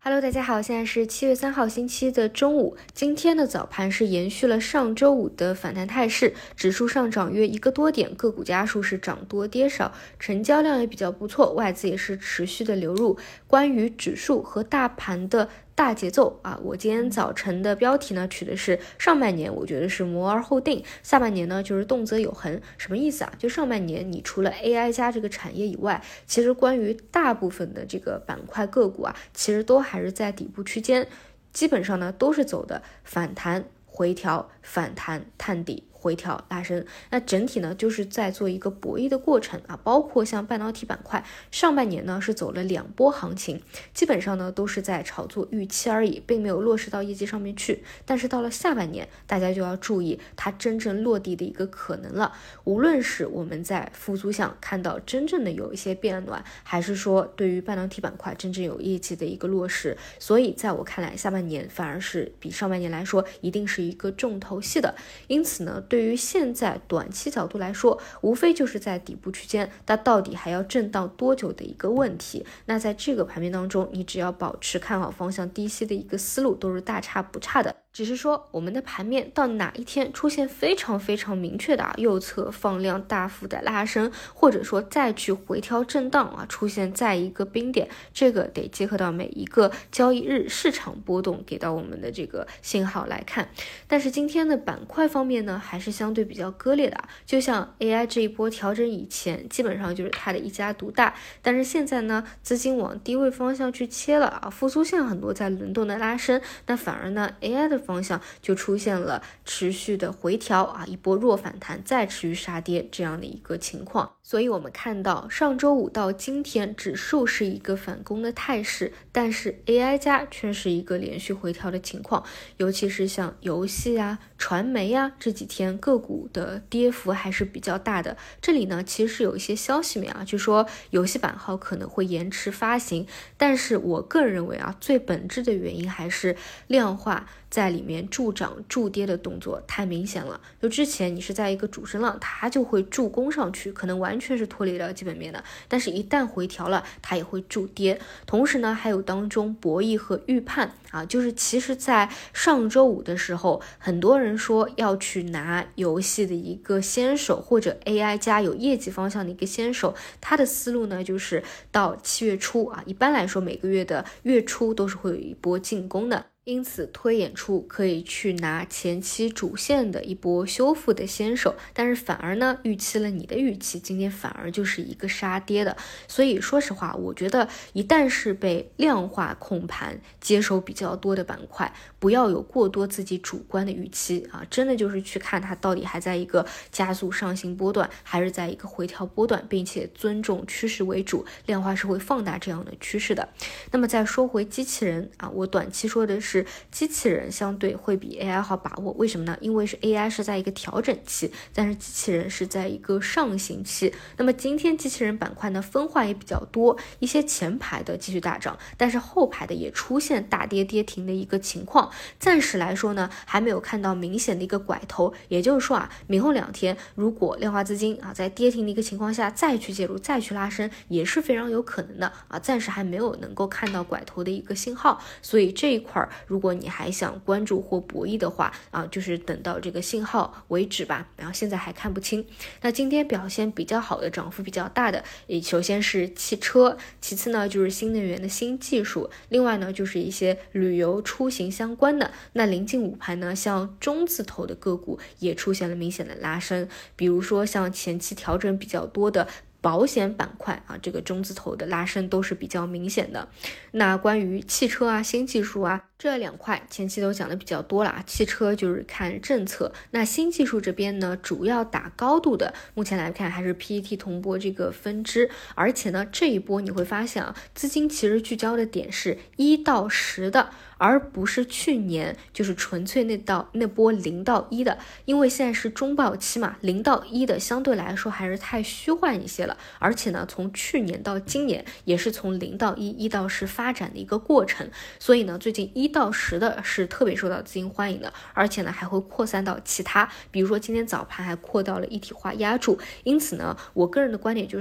Hello， 大家好，现在是7月3号星期的中午。今天的早盘是延续了上周五的反弹态势，指数上涨约1个多点，个股家数是涨多跌少，成交量也比较不错，外资也是持续的流入。关于指数和大盘的大节奏我今天早晨的标题呢取的是上半年我觉得是摩而后定，下半年呢就是动则有恒。什么意思啊？就上半年你除了 AI 加这个产业以外，其实关于大部分的这个板块个股其实都还是在底部区间，基本上呢都是走的反弹回调，反弹探底回调拉升，那整体呢就是在做一个博弈的过程包括像半导体板块，上半年呢是走了2波行情，基本上呢都是在炒作预期而已，并没有落实到业绩上面去。但是到了下半年，大家就要注意它真正落地的一个可能了。无论是我们在复苏项看到真正的有一些变暖，还是说对于半导体板块真正有业绩的一个落实，所以在我看来，下半年反而是比上半年来说一定是一个重头戏的。因此呢，对于现在短期角度来说，无非就是在底部区间，它到底还要震荡多久的一个问题。那在这个盘面当中，你只要保持看好方向低吸的一个思路，都是大差不差的。只是说我们的盘面到哪一天出现非常非常明确的右侧放量大幅的拉升，或者说再去回调震荡出现在一个冰点，这个得结合到每一个交易日市场波动给到我们的这个信号来看。但是今天的板块方面呢，还是相对比较割裂的就像 AI 这一波调整以前，基本上就是它的一家独大，但是现在呢，资金往低位方向去切了复苏线很多在轮动的拉升，那反而呢 AI 的方向就出现了持续的回调一波弱反弹再持续杀跌这样的一个情况。所以我们看到上周五到今天指数是一个反攻的态势，但是 AI 加却是一个连续回调的情况，尤其是像游戏传媒这几天个股的跌幅还是比较大的。这里呢其实是有一些消息面就说游戏版号可能会延迟发行，但是我个人认为最本质的原因还是量化在里面助涨助跌的动作太明显了。就之前你是在一个主升浪，它就会助攻上去，可能完全是脱离了基本面的，但是一旦回调了，它也会助跌。同时呢，还有当中博弈和预判就是其实在上周五的时候，很多人说要去拿游戏的一个先手，或者 AI 加有业绩方向的一个先手，他的思路呢就是到7月初一般来说每个月的月初都是会有一波进攻的，因此推演出可以去拿前期主线的一波修复的先手，但是反而呢预期了你的预期，今天反而就是一个杀跌的。所以说实话，我觉得一旦是被量化控盘接手比较多的板块，不要有过多自己主观的预期真的就是去看它到底还在一个加速上行波段，还是在一个回调波段，并且尊重趋势为主，量化是会放大这样的趋势的。那么再说回机器人我短期说的是机器人相对会比 AI 好把握，为什么呢？因为是 AI 是在一个调整期，但是机器人是在一个上行期。那么今天机器人板块呢分化也比较多，一些前排的继续大涨，但是后排的也出现大跌跌停的一个情况。暂时来说呢，还没有看到明显的一个拐头，也就是说明后2天如果量化资金在跌停的一个情况下再去介入再去拉升，也是非常有可能的暂时还没有能够看到拐头的一个信号。所以这一块如果你还想关注或博弈的话就是等到这个信号为止吧，然后现在还看不清。那今天表现比较好的涨幅比较大的首先是汽车，其次呢就是新能源的新技术，另外呢就是一些旅游出行相关的。那临近午盘呢，像中字头的个股也出现了明显的拉升，比如说像前期调整比较多的保险板块这个中字头的拉升都是比较明显的。那关于汽车新技术这2块前期都讲的比较多了汽车就是看政策，那新技术这边呢主要打高度的，目前来看还是 PET 铜箔这个分支，而且呢这一波你会发现资金其实聚焦的点是1到10的，而不是去年就是纯粹那波0到1的，因为现在是中报期嘛，0到1的相对来说还是太虚幻一些了，而且呢从去年到今年也是从0到1、1到10发展的一个过程，所以呢最近1到10的是特别受到资金欢迎的，而且呢还会扩散到其他，比如说今天早盘还扩到了一体化压铸。因此呢我个人的观点就是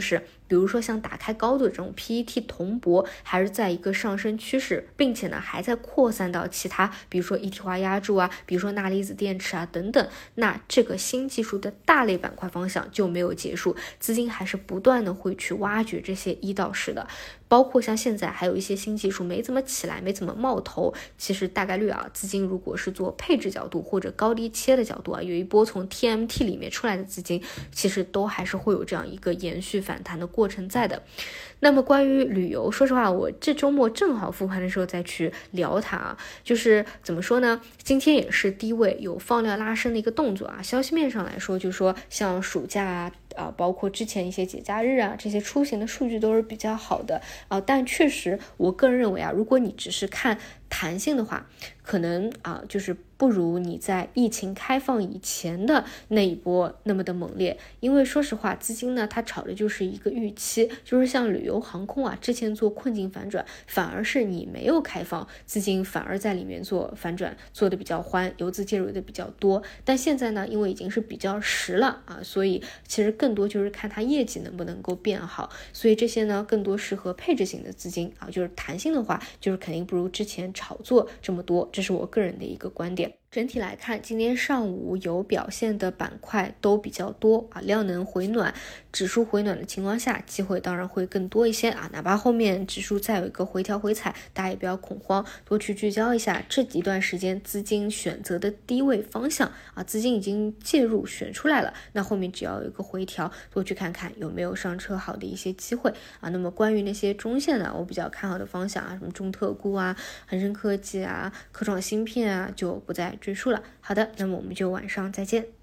比如说像打开高度的这种 PET 铜箔还是在一个上升趋势，并且呢还在扩散到其他，比如说一体化压铸啊，比如说钠离子电池啊等等，那这个新技术的大类板块方向就没有结束，资金还是不断的会去挖掘这些1到10的。包括像现在还有一些新技术没怎么起来，没怎么冒头，其实大概率资金如果是做配置角度或者高低切的角度有一波从 TMT 里面出来的资金，其实都还是会有这样一个延续反弹的过程在的。那么关于旅游，说实话我这周末正好复盘的时候再去聊它就是怎么说呢，今天也是低位有放量拉升的一个动作消息面上来说，就是说像暑假包括之前一些节假日这些出行的数据都是比较好的但确实我个人认为如果你只是看弹性的话，可能就是不如你在疫情开放以前的那一波那么的猛烈。因为说实话，资金呢它炒的就是一个预期，就是像旅游航空之前做困境反转，反而是你没有开放，资金反而在里面做反转，做的比较欢，游资介入的比较多。但现在呢，因为已经是比较实了所以其实更多就是看它业绩能不能够变好，所以这些呢更多适合配置型的资金就是弹性的话，就是肯定不如之前炒作这么多，这是我个人的一个观点。整体来看，今天上午有表现的板块都比较多量能回暖，指数回暖的情况下，机会当然会更多一些哪怕后面指数再有一个回调回踩，大家也不要恐慌，多去聚焦一下这一段时间资金选择的低位方向资金已经介入选出来了，那后面只要有一个回调，多去看看有没有上车好的一些机会那么关于那些中线的我比较看好的方向什么中特估恒生科技科创芯片就不再赘述了。好的，那么我们就晚上再见。